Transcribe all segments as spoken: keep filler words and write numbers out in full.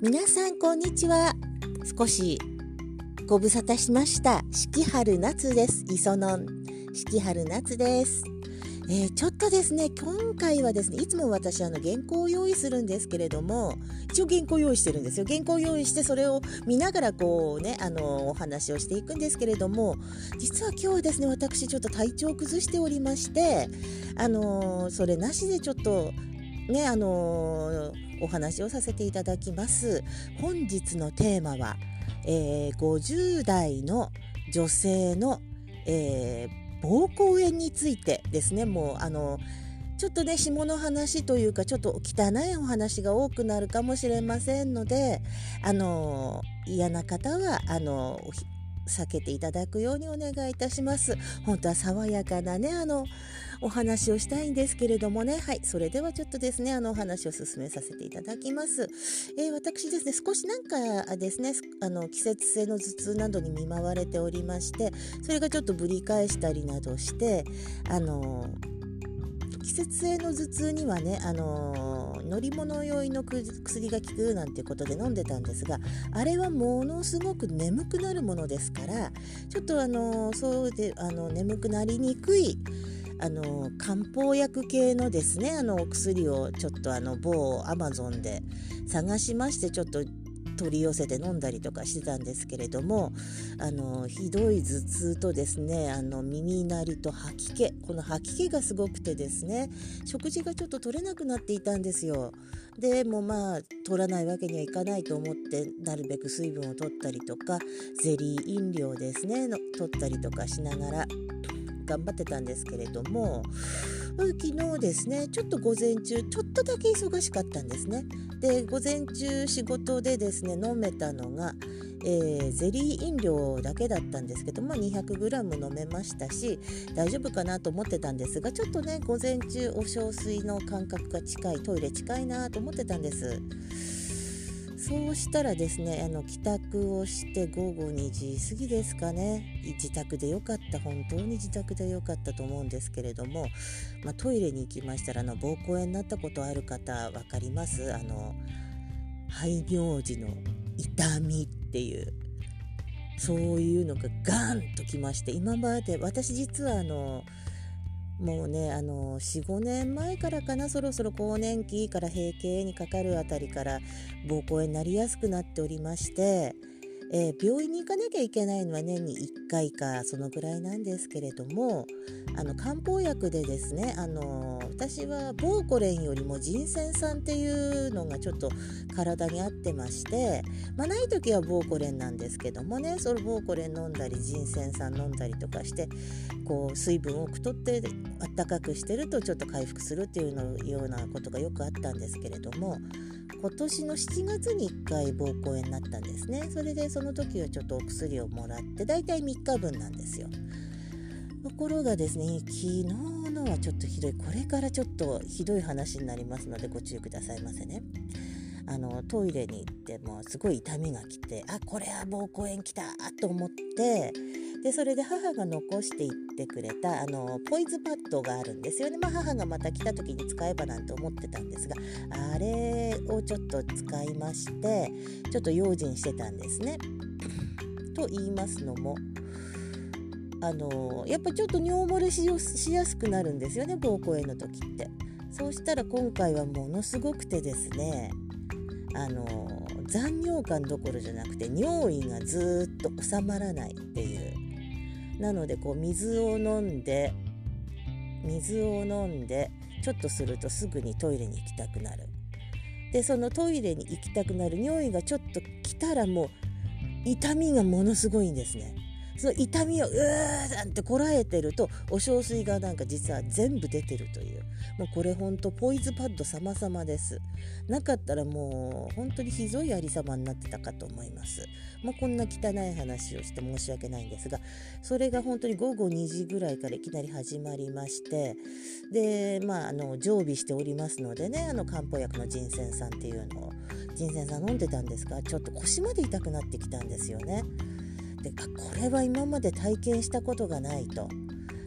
皆さんこんにちは。少しご無沙汰しました。四季春夏です。磯野四季春夏です。えー、ちょっとですね今回はですねいつも私あの原稿を用意するんですけれども、一応原稿を用意してるんですよ。原稿を用意してそれを見ながらこうねあのお話をしていくんですけれども、実は今日はですね私ちょっと体調を崩しておりまして、あのー、それなしでちょっとねあのーお話をさせていただきます。本日のテーマは、えー、ごじゅう代の女性の、えー、膀胱炎についてですね。もうあのちょっとね下の話というかちょっと汚いお話が多くなるかもしれませんので、あの嫌な方はあの避けていただくようにお願いいたします。本当は爽やかなねあのお話をしたいんですけれどもね。はい、それではちょっとですねあのお話を進めさせていただきます。えー、私ですね少しなんかですねあの季節性の頭痛などに見舞われておりまして、それがちょっとぶり返したりなどしてあの季節性の頭痛にはね、あのー、乗り物酔いの薬が効くなんていうことで飲んでたんですが、あれはものすごく眠くなるものですから、ちょっとあのー、そうであの眠くなりにくいあの漢方薬系のですねあのお薬をちょっとあの某アマゾンで探しまして、ちょっと取り寄せて飲んだりとかしてたんですけれども、あのひどい頭痛とですねあの耳鳴りと吐き気、この吐き気がすごくてですね、食事がちょっと取れなくなっていたんですよ。でもまあ取らないわけにはいかないと思ってなるべく水分を取ったりとかゼリー飲料ですねの取ったりとかしながら頑張ってたんですけれども、昨日ですねちょっと午前中ちょっとだけ忙しかったんですね。で午前中仕事でですね飲めたのが、えー、ゼリー飲料だけだったんですけども にひゃくグラム 飲めましたし大丈夫かなと思ってたんですが、ちょっとね午前中お小水の感覚が近い、トイレ近いなと思ってたんです。そうしたらですねあの帰宅をして午後にじ過ぎですかね、自宅でよかった、本当に自宅でよかったと思うんですけれども、まあ、トイレに行きましたらあの膀胱炎になったことある方分かります？あの排尿時の痛みっていうそういうのがガンときまして、今まで私実はあのもうねあの よん,ご 年前からかな、そろそろ更年期から閉経にかかるあたりから膀胱炎になりやすくなっておりまして、えー、病院に行かなきゃいけないのは年にいっかいかそのぐらいなんですけれども、あの漢方薬でですねあの私はボーコレンよりもジンセン酸っていうのがちょっと体に合ってまして、まあ、ない時はボーコレンなんですけどもね、そのボーコレン飲んだりジンセン酸飲んだりとかしてこう水分を多く取ってあったかくしてるとちょっと回復するっていうのようなことがよくあったんですけれども、今年のしちがつにいっかい膀胱炎になったんですね。それでその時はちょっとお薬をもらってだいたいみっかぶんなんですよ。ところがですね昨日のはちょっとひどい、これからちょっとひどい話になりますのでご注意くださいませね。あのトイレに行ってもすごい痛みが来て、あこれは膀胱炎来たと思って、でそれで母が残していってくれたあのポイズパッドがあるんですよね。まあ、母がまた来た時に使えばなんて思ってたんですが、あれをちょっと使いましてちょっと用心してたんですね。と言いますのもあのやっぱちょっと尿漏れしやすくなるんですよね、膀胱炎の時って。そうしたら今回はものすごくてですね、あの残尿感どころじゃなくて尿意がずっと収まらないっていう。なのでこう水を飲んで水を飲んでちょっとするとすぐにトイレに行きたくなる。でそのトイレに行きたくなる尿意がちょっと来たらもう痛みがものすごいんですね。その痛みをうーなんてこらえてるとお小水がなんか実は全部出てるという、もうこれほんとポイズパッド様々です。なかったらもう本当にひどいありさまになってたかと思います。もうこんな汚い話をして申し訳ないんですが、それが本当に午後にじぐらいからいきなり始まりまして、でまああの常備しておりますのでね、あの漢方薬のジンセン酸っていうのをジンセン酸飲んでたんですが、ちょっと腰まで痛くなってきたんですよね。であこれは今まで体験したことがないと。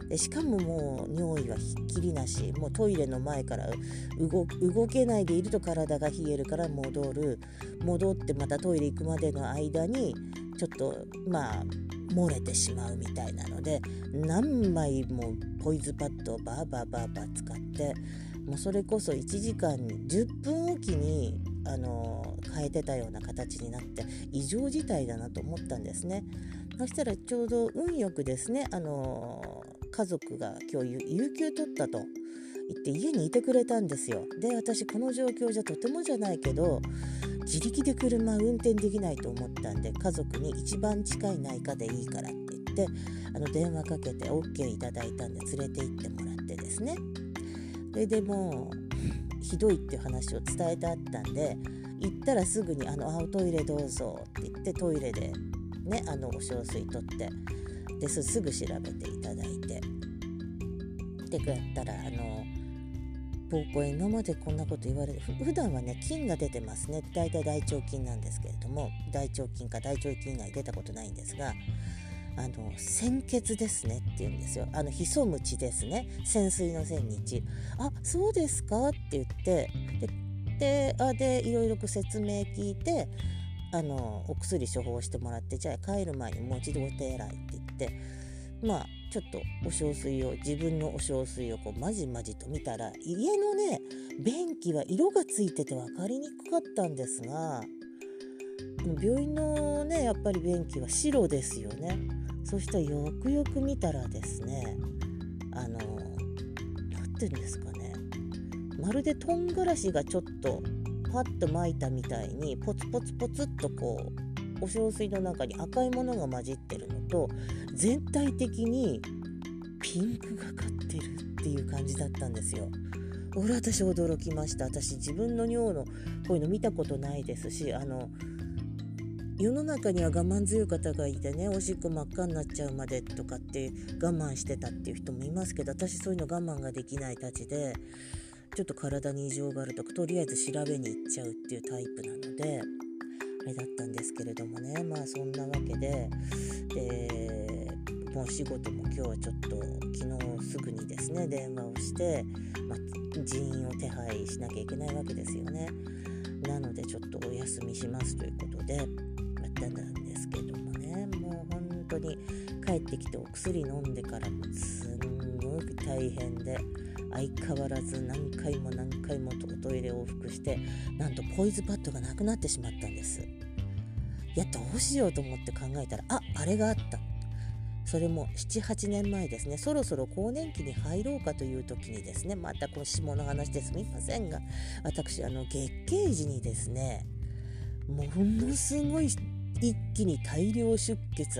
でしかももう尿意はひっきりなし、もうトイレの前から 動, 動けないでいると体が冷えるから戻る、戻ってまたトイレ行くまでの間にちょっとまあ漏れてしまうみたいなので、何枚もポイズパッドをバーバーバーバー使って、もうそれこそいちじかんにじゅっぷんおきにあの変えてたような形になって異常事態だなと思ったんですね。そしたらちょうど運よくですね、あの家族が今日有給取ったと言って家にいてくれたんですよ。で、私この状況じゃとてもじゃないけど自力で車運転できないと思ったんで、家族に一番近い内科でいいからって言ってあの電話かけて OK いただいたんで連れて行ってもらってですね。それでもうひどいっていう話を伝えてあったんで、行ったらすぐにあの青トイレどうぞって言ってトイレでね、あのお小水取ってですすぐ調べていただいて、でこうやったらあの膀胱炎、今までこんなこと言われる、普段はね菌が出てますね、大体大腸菌なんですけれども、大腸菌か大腸菌以外出たことないんですが、あの鮮血ですねって言うんですよ。あの潜む血ですね、潜水の線に血。あ、そうですかって言って、でであでいろいろ説明聞いて、あのお薬処方してもらって、じゃあ帰る前にもう一度お手洗いって言って、まあちょっとお小水を自分のお小水をこうまじまじと見たら、家のね便器は色がついてて分かりにくかったんですが、病院のねやっぱり便器は白ですよね。そしたらよくよく見たらですね、あのなんていうんですかね、まるで唐辛子がちょっとパッと巻いたみたいにポツポツポツっとこうお小水の中に赤いものが混じってるのと、全体的にピンクがかってるっていう感じだったんですよ。俺私驚きました。私自分の尿のこういうの見たことないですし、あの世の中には我慢強い方がいてね、おしっこ真っ赤になっちゃうまでとかって我慢してたっていう人もいますけど、私そういうの我慢ができないたちで、ちょっと体に異常があるとかとりあえず調べに行っちゃうっていうタイプなのであれだったんですけれどもね、まあそんなわけで、でもう仕事も今日はちょっと昨日すぐにですね電話をして、まあ、人員を手配しなきゃいけないわけですよね。なのでちょっとお休みしますということでやったんですけどもね、もう本当に帰ってきてお薬飲んでからもすんごく大変で、相変わらず何回も何回もトイレ往復して、なんとポイズパッドがなくなってしまったんです。いやどうしようと思って考えたら、あ、あれがあった。それもななはちねんまえですね。そろそろ更年期に入ろうかという時にですね、またこの下の話ですみませんが、私あの月経時にですね、ものすごい一気に大量出血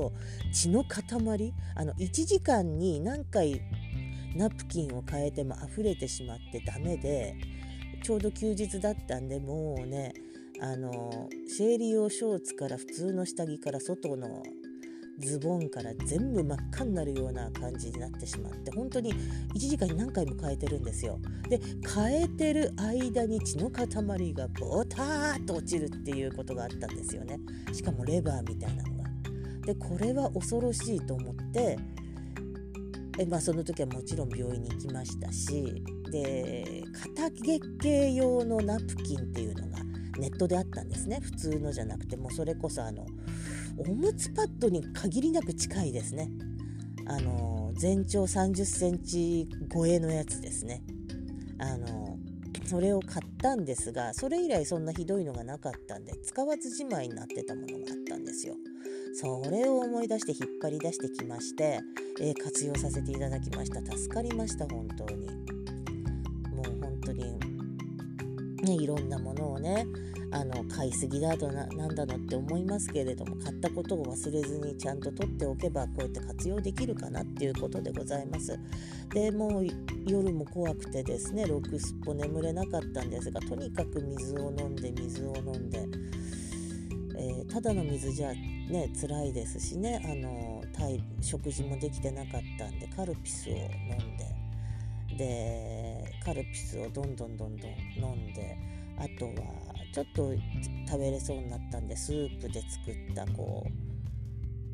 &血の塊、あのいちじかんに何回ナプキンを変えても溢れてしまってダメで、ちょうど休日だったんで、もうねあの生理用ショーツから普通の下着から外のズボンから全部真っ赤になるような感じになってしまって、本当にいちじかんに何回も変えてるんですよ。で変えてる間に血の塊がボターッと落ちるっていうことがあったんですよね。しかもレバーみたいなのが。でこれは恐ろしいと思って、え、まあ、その時はもちろん病院に行きましたし、で片月経用のナプキンっていうのがネットであったんですね。普通のじゃなくて、もうそれこそあのおむつパッドに限りなく近いですね。あの全長さんじゅっセンチ超えのやつですね。あのそれを買ったんですが、それ以来そんなひどいのがなかったんで使わずじまいになってたものがあったんですよ。それを思い出して引っ張り出してきまして、えー、活用させていただきました。助かりました本当に。もう本当にね、いろんなものをねあの買いすぎだと な, なんだのって思いますけれども、買ったことを忘れずにちゃんと取っておけばこうやって活用できるかなっていうことでございます。でもう夜も怖くてですね、ろくすっぽ眠れなかったんですが、とにかく水を飲んで水を飲んで、えー、ただの水じゃね辛いですしね、あの体食事もできてなかったんでカルピスを飲んで、でカルピスをどんどんどんどん飲んで、あとはちょっと食べれそうになったんでスープで作ったこ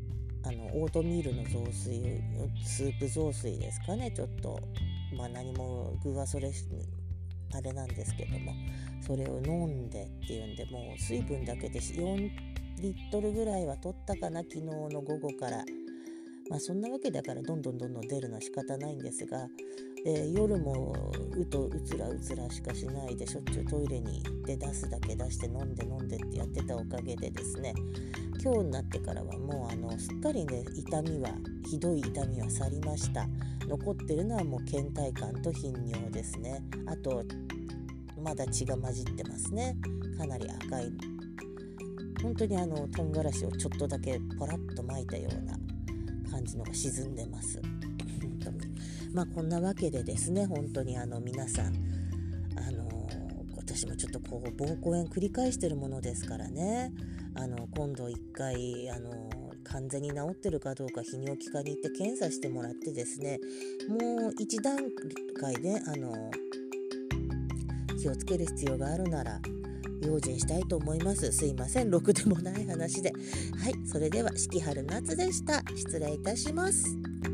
あのオートミールの雑炊、スープ雑炊ですかね、ちょっとまあ何も具はそれあれなんですけども、それを飲んでっていうんで、もう水分だけでよんリットルぐらいは取ったかな、昨日の午後から。まあそんなわけだからどんどんどんどん出るのは仕方ないんですが、で夜もうとうつらうつらしかしないで、しょっちゅうトイレに行って出すだけ出して飲んで飲んでってやってたおかげでですね、今日になってからはもうあのすっかりね、痛みはひどい痛みは去りました。残ってるのはもう倦怠感と頻尿ですね。あとまだ血が混じってますね。かなり赤い、本当にあの唐辛子をちょっとだけポラッと巻いたような感じのが沈んでますまあこんなわけでですね、本当にあの皆さん、あの私もちょっとこう膀胱炎繰り返してるものですからね、あの今度一回あの完全に治ってるかどうか泌尿器科に行って検査してもらってですね、もう一段階であの気をつける必要があるなら用心したいと思います。すいません、ろくでもない話で。はい、それでは四季春夏でした。失礼いたします。